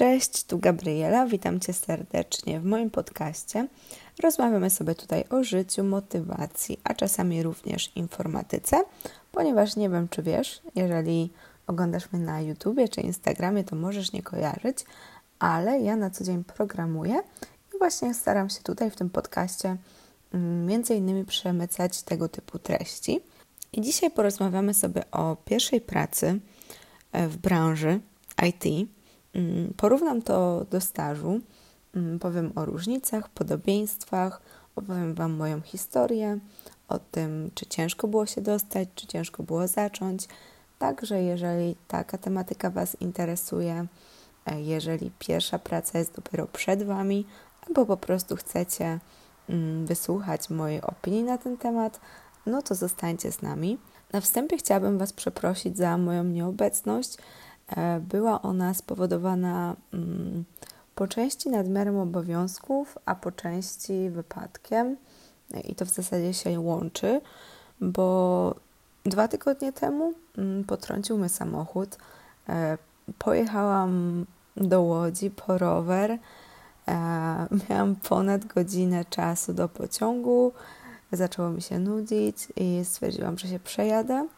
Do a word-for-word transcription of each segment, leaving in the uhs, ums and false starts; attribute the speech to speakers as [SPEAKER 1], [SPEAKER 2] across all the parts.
[SPEAKER 1] Cześć, tu Gabriela, witam Cię serdecznie w moim podcaście. Rozmawiamy sobie tutaj o życiu, motywacji, a czasami również informatyce, ponieważ nie wiem, czy wiesz, jeżeli oglądasz mnie na YouTubie czy Instagramie, to możesz nie kojarzyć, ale ja na co dzień programuję i właśnie staram się tutaj w tym podcaście między innymi przemycać tego typu treści. I dzisiaj porozmawiamy sobie o pierwszej pracy w branży I T. Porównam to do stażu, powiem o różnicach, podobieństwach, opowiem Wam moją historię, o tym, czy ciężko było się dostać, czy ciężko było zacząć. Także jeżeli taka tematyka Was interesuje, jeżeli pierwsza praca jest dopiero przed Wami, albo po prostu chcecie wysłuchać mojej opinii na ten temat, no to zostańcie z nami. Na wstępie chciałabym Was przeprosić za moją nieobecność. Była ona spowodowana mm, po części nadmiarem obowiązków, a po części wypadkiem i to w zasadzie się łączy, bo dwa tygodnie temu mm, potrącił mnie samochód. E, pojechałam do Łodzi po rower, e, miałam ponad godzinę czasu do pociągu, zaczęło mi się nudzić i stwierdziłam, że się przejadę.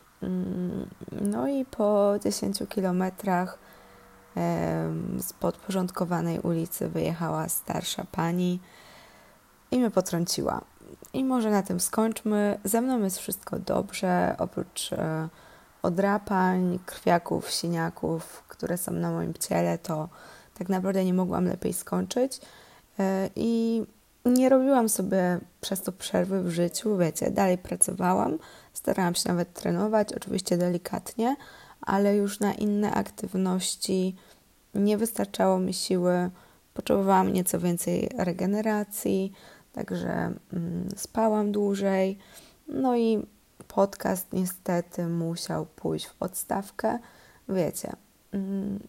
[SPEAKER 1] No i po dziesięciu kilometrach z podporządkowanej ulicy wyjechała starsza pani i mnie potrąciła. I może na tym skończmy. Ze mną jest wszystko dobrze, oprócz odrapań, krwiaków, siniaków, które są na moim ciele, to tak naprawdę nie mogłam lepiej skończyć. I nie robiłam sobie przez to przerwy w życiu, wiecie, dalej pracowałam, starałam się nawet trenować, oczywiście delikatnie, ale już na inne aktywności nie wystarczało mi siły, potrzebowałam nieco więcej regeneracji, także mm, spałam dłużej, no i podcast niestety musiał pójść w odstawkę, wiecie, mm,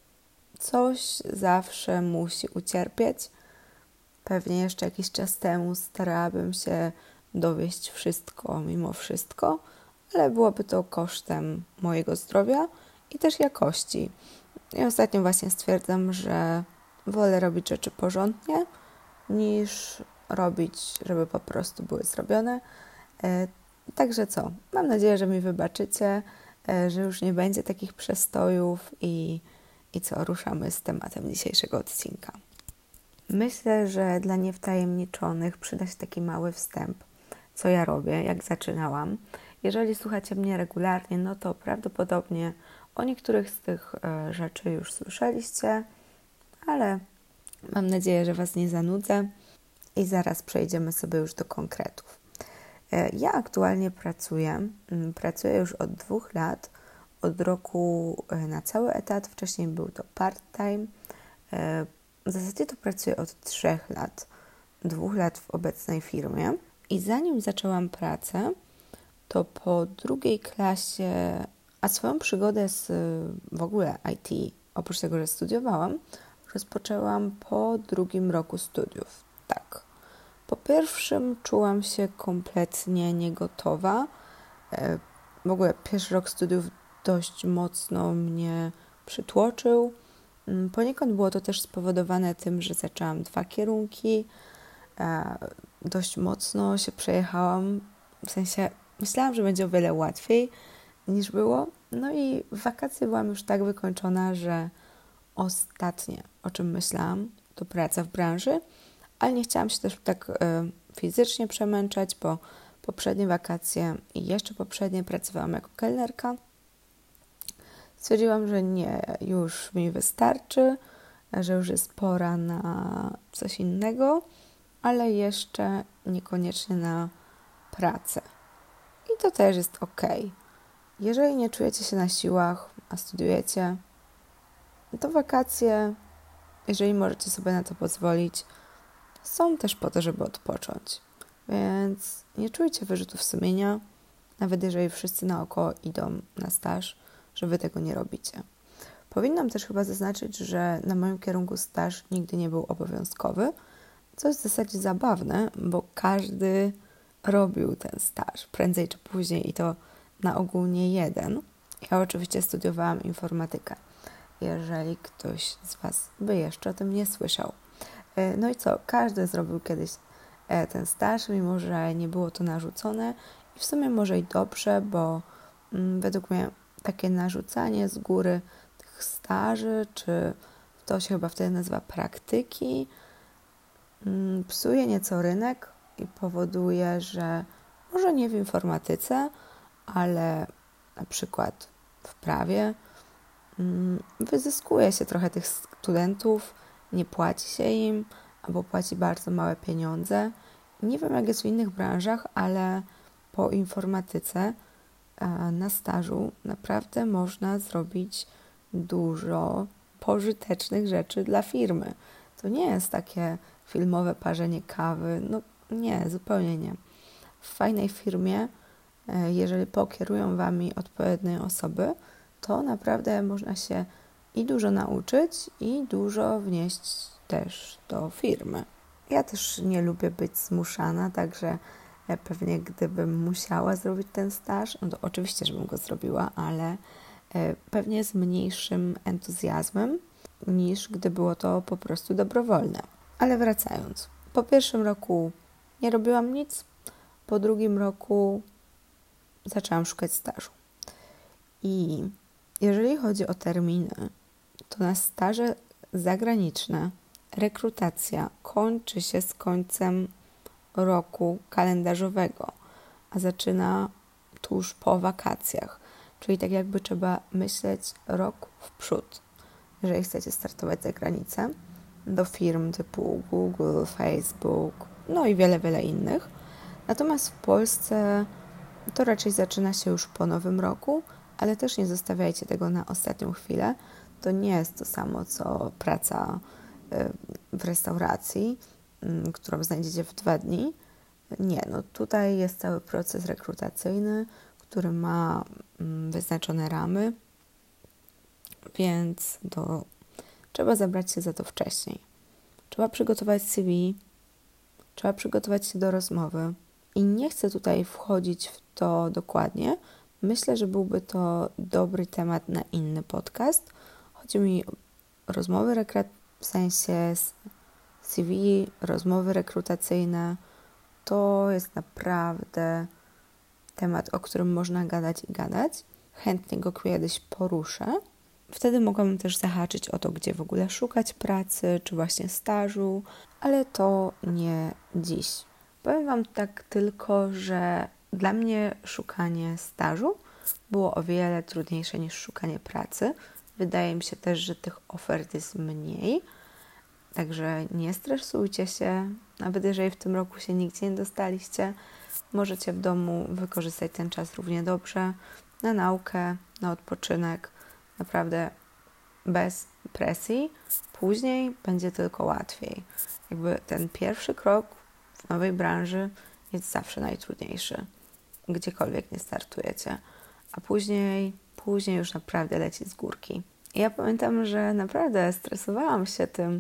[SPEAKER 1] coś zawsze musi ucierpieć. Pewnie jeszcze jakiś czas temu starałabym się dowieść wszystko mimo wszystko, ale byłoby to kosztem mojego zdrowia i też jakości. I ostatnio właśnie stwierdzam, że wolę robić rzeczy porządnie, niż robić, żeby po prostu były zrobione. E, także co? Mam nadzieję, że mi wybaczycie, e, że już nie będzie takich przestojów i, i co? Ruszamy z tematem dzisiejszego odcinka. Myślę, że dla niewtajemniczonych przyda się taki mały wstęp, co ja robię, jak zaczynałam. Jeżeli słuchacie mnie regularnie, no to prawdopodobnie o niektórych z tych e, rzeczy już słyszeliście, ale mam nadzieję, że Was nie zanudzę i zaraz przejdziemy sobie już do konkretów. E, ja aktualnie pracuję, m, pracuję już od dwóch lat, od roku e, na cały etat, wcześniej był to part-time. E, W zasadzie to pracuję od trzech lat, dwóch lat w obecnej firmie i zanim zaczęłam pracę, to po drugiej klasie, a swoją przygodę z w ogóle I T, oprócz tego, że studiowałam, rozpoczęłam po drugim roku studiów. Tak. Po pierwszym czułam się kompletnie niegotowa. W ogóle pierwszy rok studiów dość mocno mnie przytłoczył. Poniekąd było to też spowodowane tym, że zaczęłam dwa kierunki, e, dość mocno się przejechałam, w sensie myślałam, że będzie o wiele łatwiej niż było, no i w wakacje byłam już tak wykończona, że ostatnie, o czym myślałam, to praca w branży, ale nie chciałam się też tak e, fizycznie przemęczać, bo poprzednie wakacje i jeszcze poprzednie pracowałam jako kelnerka. Stwierdziłam, że nie, już mi wystarczy, że już jest pora na coś innego, ale jeszcze niekoniecznie na pracę. I to też jest ok. Jeżeli nie czujecie się na siłach, a studiujecie, to wakacje, jeżeli możecie sobie na to pozwolić, są też po to, żeby odpocząć. Więc nie czujcie wyrzutów sumienia, nawet jeżeli wszyscy naokoło idą na staż, że Wy tego nie robicie. Powinnam też chyba zaznaczyć, że na moim kierunku staż nigdy nie był obowiązkowy, co jest w zasadzie zabawne, bo każdy robił ten staż, prędzej czy później i to na ogół nie jeden. Ja oczywiście studiowałam informatykę. jeżeli ktoś z Was by jeszcze o tym nie słyszał. No i co? Każdy zrobił kiedyś ten staż, mimo że nie było to narzucone i w sumie może i dobrze, bo według mnie takie narzucanie z góry tych staży, czy to się chyba wtedy nazywa praktyki, psuje nieco rynek i powoduje, że może nie w informatyce, ale na przykład w prawie wyzyskuje się trochę tych studentów, nie płaci się im, albo płaci bardzo małe pieniądze. Nie wiem, jak jest w innych branżach, ale po informatyce na stażu naprawdę można zrobić dużo pożytecznych rzeczy dla firmy. To nie jest takie filmowe parzenie kawy. No nie, zupełnie nie. W fajnej firmie, jeżeli pokierują Wami odpowiednie osoby, to naprawdę można się i dużo nauczyć, i dużo wnieść też do firmy. Ja też nie lubię być zmuszana, także pewnie gdybym musiała zrobić ten staż, no to oczywiście, żebym go zrobiła, ale pewnie z mniejszym entuzjazmem, niż gdy było to po prostu dobrowolne. Ale wracając, po pierwszym roku nie robiłam nic, po drugim roku zaczęłam szukać stażu. I jeżeli chodzi o terminy, to na staże zagraniczne rekrutacja kończy się z końcem roku kalendarzowego, a zaczyna tuż po wakacjach. Czyli tak jakby trzeba myśleć rok w przód, jeżeli chcecie startować za granicę, do firm typu Google, Facebook, no i wiele, wiele innych. Natomiast w Polsce to raczej zaczyna się już po nowym roku, ale też nie zostawiajcie tego na ostatnią chwilę. To nie jest to samo, co praca w restauracji, którą znajdziecie w dwa dni. Nie, no tutaj jest cały proces rekrutacyjny, który ma wyznaczone ramy, więc to trzeba zabrać się za to wcześniej. Trzeba przygotować C V, trzeba przygotować się do rozmowy i nie chcę tutaj wchodzić w to dokładnie. Myślę, że byłby to dobry temat na inny podcast. Chodzi mi o rozmowy rekrutacyjne, w sensie C V, rozmowy rekrutacyjne. To jest naprawdę temat, o którym można gadać i gadać. Chętnie go kiedyś poruszę. Wtedy mogłabym też zahaczyć o to, gdzie w ogóle szukać pracy, czy właśnie stażu, ale to nie dziś. Powiem Wam tak tylko, że dla mnie szukanie stażu było o wiele trudniejsze niż szukanie pracy. Wydaje mi się też, że tych ofert jest mniej, także nie stresujcie się. Nawet jeżeli w tym roku się nigdzie nie dostaliście, możecie w domu wykorzystać ten czas równie dobrze na naukę, na odpoczynek. Naprawdę bez presji. Później będzie tylko łatwiej. Jakby ten pierwszy krok w nowej branży jest zawsze najtrudniejszy. Gdziekolwiek nie startujecie. A później, później już naprawdę leci z górki. I ja pamiętam, że naprawdę stresowałam się tym,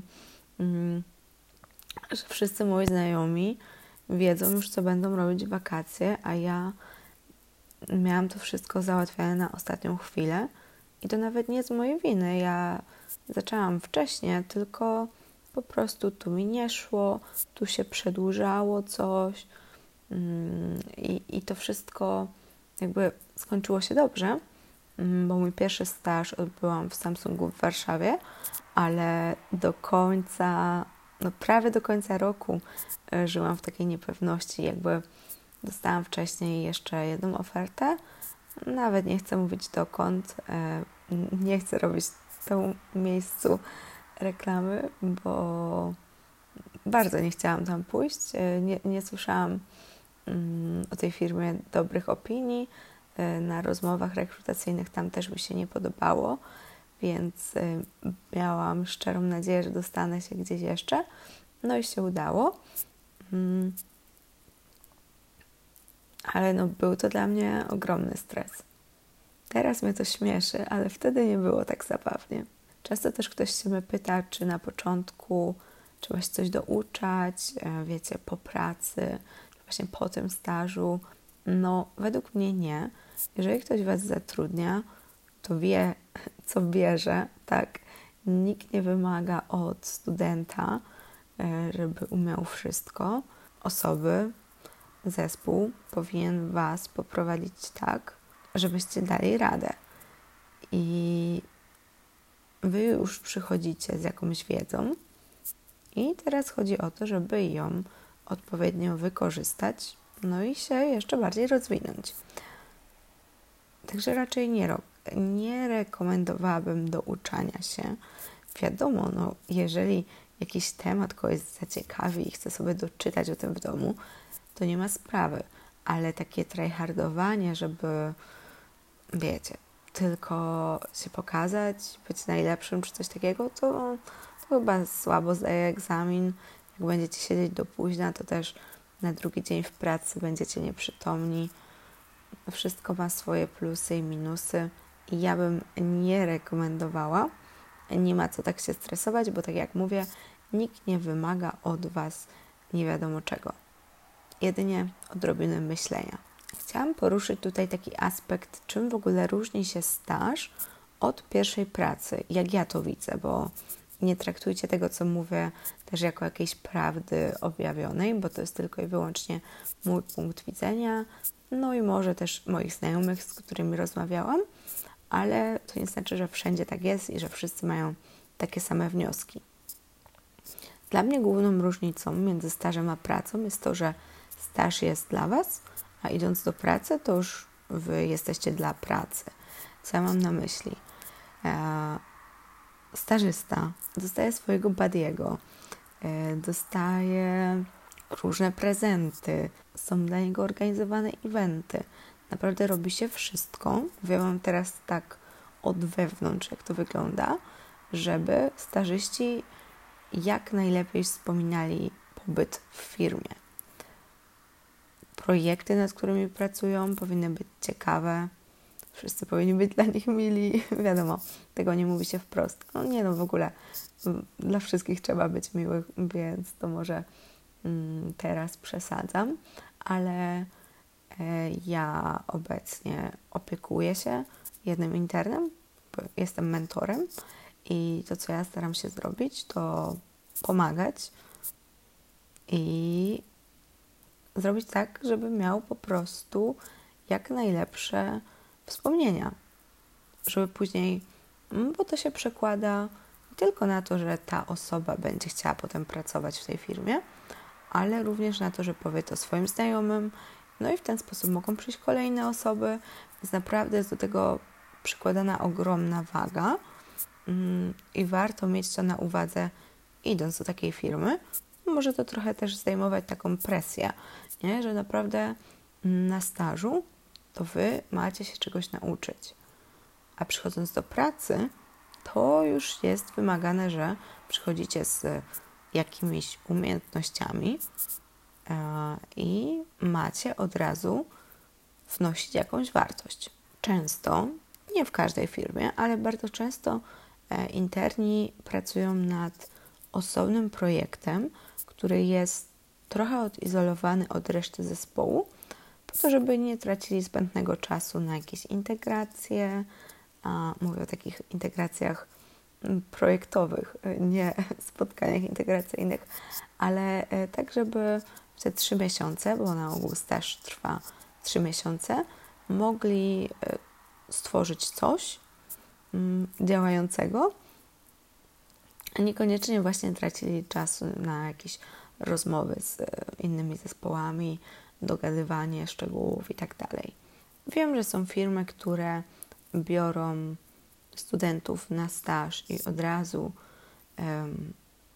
[SPEAKER 1] że wszyscy moi znajomi wiedzą już, co będą robić w wakacje, a ja miałam to wszystko załatwione na ostatnią chwilę. I to nawet nie z mojej winy. Ja zaczęłam wcześniej, tylko po prostu tu mi nie szło, tu się przedłużało coś i, i to wszystko jakby skończyło się dobrze, bo mój pierwszy staż odbyłam w Samsungu w Warszawie, ale do końca, no prawie do końca roku żyłam w takiej niepewności, jakby dostałam wcześniej jeszcze jedną ofertę, nawet nie chcę mówić dokąd, nie chcę robić w tym miejscu reklamy, bo bardzo nie chciałam tam pójść, nie, nie słyszałam o tej firmie dobrych opinii, na rozmowach rekrutacyjnych tam też mi się nie podobało, więc miałam szczerą nadzieję, że dostanę się gdzieś jeszcze, no i się udało. Ale no, był to dla mnie ogromny stres. Teraz mnie to śmieszy, ale wtedy nie było tak zabawnie. Często też ktoś się mnie pyta, czy na początku trzeba się coś douczać, wiecie, po pracy, czy właśnie po tym stażu. No, według mnie nie. Jeżeli ktoś Was zatrudnia, to wie, co bierze, tak? Nikt nie wymaga od studenta, żeby umiał wszystko. Osoby, zespół powinien Was poprowadzić tak, żebyście dali radę. I Wy już przychodzicie z jakąś wiedzą i teraz chodzi o to, żeby ją odpowiednio wykorzystać, no i się jeszcze bardziej rozwinąć. Także raczej nie, ro- nie rekomendowałabym do uczania się. Wiadomo, no, jeżeli jakiś temat kogoś zaciekawi i chce sobie doczytać o tym w domu, to nie ma sprawy. Ale takie tryhardowanie, żeby, wiecie, tylko się pokazać, być najlepszym czy coś takiego, to, to chyba słabo zdaje egzamin. Jak będziecie siedzieć do późna, to też na drugi dzień w pracy będziecie nieprzytomni. Wszystko ma swoje plusy i minusy i ja bym nie rekomendowała. Nie ma co tak się stresować, bo tak jak mówię, nikt nie wymaga od Was nie wiadomo czego. Jedynie odrobiny myślenia. Chciałam poruszyć tutaj taki aspekt, czym w ogóle różni się staż od pierwszej pracy, jak ja to widzę, bo nie traktujcie tego, co mówię, też jako jakiejś prawdy objawionej, bo to jest tylko i wyłącznie mój punkt widzenia, no i może też moich znajomych, z którymi rozmawiałam, ale to nie znaczy, że wszędzie tak jest i że wszyscy mają takie same wnioski. Dla mnie główną różnicą między stażem a pracą jest to, że staż jest dla Was, a idąc do pracy, to już Wy jesteście dla pracy. Co ja mam na myśli? Eee, stażysta dostaje swojego buddiego, e, dostaje różne prezenty, są dla niego organizowane eventy. Naprawdę robi się wszystko. Mówię Wam teraz tak od wewnątrz, jak to wygląda, żeby stażyści jak najlepiej wspominali pobyt w firmie. Projekty, nad którymi pracują, powinny być ciekawe. Wszyscy powinni być dla nich mili. Wiadomo, tego nie mówi się wprost. No nie no, w ogóle dla wszystkich trzeba być miłych, więc to może mm, teraz przesadzam, ale e, ja obecnie opiekuję się jednym internem, jestem mentorem i to, co ja staram się zrobić, to pomagać i zrobić tak, żeby miał po prostu jak najlepsze wspomnienia. Żeby później, bo to się przekłada nie tylko na to, że ta osoba będzie chciała potem pracować w tej firmie, ale również na to, że powie to swoim znajomym, no i w ten sposób mogą przyjść kolejne osoby, więc naprawdę jest do tego przykładana ogromna waga i warto mieć to na uwadze, idąc do takiej firmy. Może to trochę też zdejmować taką presję, nie? Że naprawdę na stażu to Wy macie się czegoś nauczyć. A przychodząc do pracy, to już jest wymagane, że przychodzicie z jakimiś umiejętnościami yy, i macie od razu wnosić jakąś wartość. Często, nie w każdej firmie, ale bardzo często yy, interni pracują nad osobnym projektem, który jest trochę odizolowany od reszty zespołu, po to, żeby nie tracili zbędnego czasu na jakieś integracje. A mówię o takich integracjach projektowych, nie spotkaniach integracyjnych, ale tak, żeby w te trzy miesiące, bo na ogół staż trwa trzy miesiące, mogli stworzyć coś działającego, a niekoniecznie właśnie tracili czasu na jakieś rozmowy z innymi zespołami, dogadywanie szczegółów i tak dalej. Wiem, że są firmy, które biorą studentów na staż i od razu um,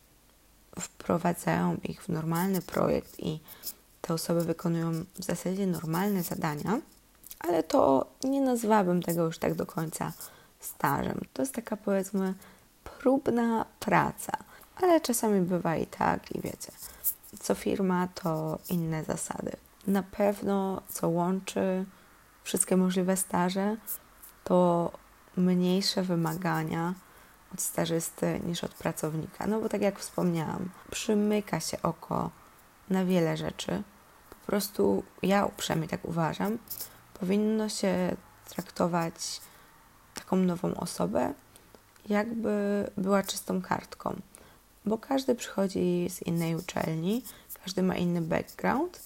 [SPEAKER 1] wprowadzają ich w normalny projekt i te osoby wykonują w zasadzie normalne zadania, ale to nie nazwałabym tego już tak do końca stażem. To jest taka, powiedzmy, próbna praca, ale czasami bywa i tak i wiecie, co firma, to inne zasady. Na pewno, co łączy wszystkie możliwe staże, to mniejsze wymagania od stażysty niż od pracownika. No bo tak jak wspomniałam, przymyka się oko na wiele rzeczy. Po prostu ja przynajmniej tak uważam, powinno się traktować tak taką nową osobę, jakby była czystą kartką, bo każdy przychodzi z innej uczelni, każdy ma inny background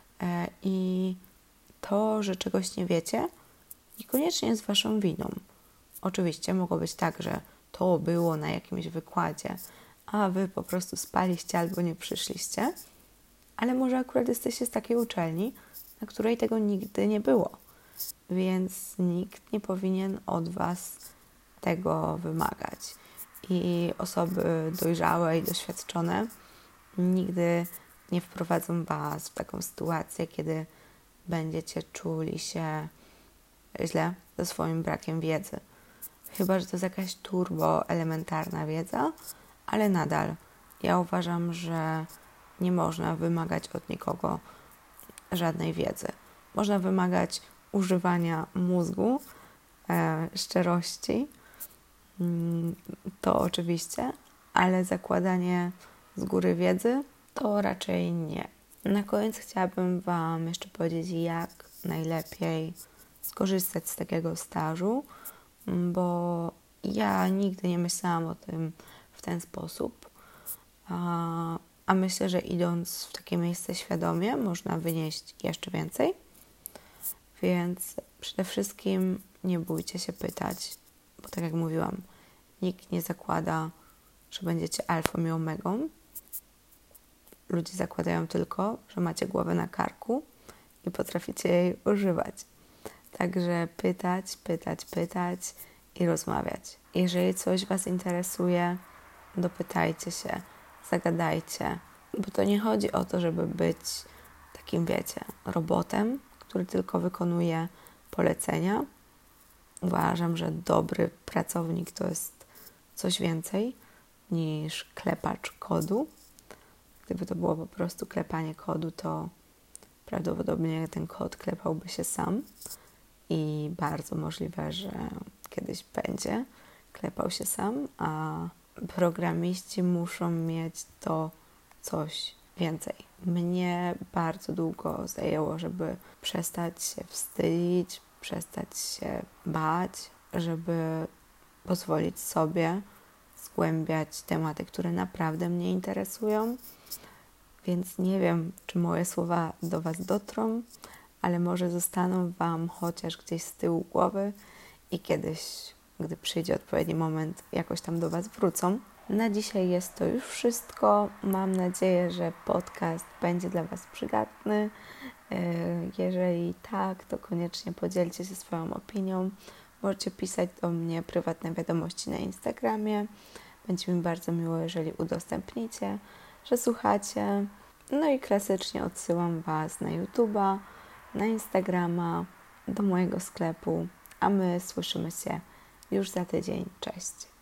[SPEAKER 1] i to, że czegoś nie wiecie, niekoniecznie jest waszą winą. Oczywiście mogło być tak, że to było na jakimś wykładzie, a wy po prostu spaliście albo nie przyszliście, ale może akurat jesteście z takiej uczelni, na której tego nigdy nie było, więc nikt nie powinien od was tego wymagać. I osoby dojrzałe i doświadczone nigdy nie wprowadzą was w taką sytuację, kiedy będziecie czuli się źle ze swoim brakiem wiedzy. Chyba że to jest jakaś turbo elementarna wiedza, ale nadal ja uważam, że nie można wymagać od nikogo żadnej wiedzy. Można wymagać używania mózgu, e, szczerości, mm, to oczywiście, ale zakładanie z góry wiedzy to raczej nie. Na koniec chciałabym Wam jeszcze powiedzieć, jak najlepiej skorzystać z takiego stażu, bo ja nigdy nie myślałam o tym w ten sposób, a, a myślę, że idąc w takie miejsce świadomie można wynieść jeszcze więcej, więc przede wszystkim nie bójcie się pytać, bo tak jak mówiłam, nikt nie zakłada, że będziecie alfą i omegą. Ludzie zakładają tylko, że macie głowę na karku i potraficie jej używać. Także pytać, pytać, pytać i rozmawiać. Jeżeli coś Was interesuje, dopytajcie się, zagadajcie, bo to nie chodzi o to, żeby być takim, wiecie, robotem, który tylko wykonuje polecenia. Uważam, że dobry pracownik to jest coś więcej niż klepacz kodu. Gdyby to było po prostu klepanie kodu, to prawdopodobnie ten kod klepałby się sam i bardzo możliwe, że kiedyś będzie klepał się sam, a programiści muszą mieć to coś więcej. Mnie bardzo długo zajęło, żeby przestać się wstydzić, przestać się bać, żeby pozwolić sobie zgłębiać tematy, które naprawdę mnie interesują. Więc nie wiem, czy moje słowa do Was dotrą, ale może zostaną Wam chociaż gdzieś z tyłu głowy i kiedyś, gdy przyjdzie odpowiedni moment, jakoś tam do Was wrócą. Na dzisiaj jest to już wszystko. Mam nadzieję, że podcast będzie dla Was przydatny. Jeżeli tak, to koniecznie podzielcie się swoją opinią. Możecie pisać do mnie prywatne wiadomości na Instagramie. Będzie mi bardzo miło, jeżeli udostępnicie, że słuchacie. No i klasycznie odsyłam Was na YouTube'a, na Instagrama, do mojego sklepu, a my słyszymy się już za tydzień. Cześć!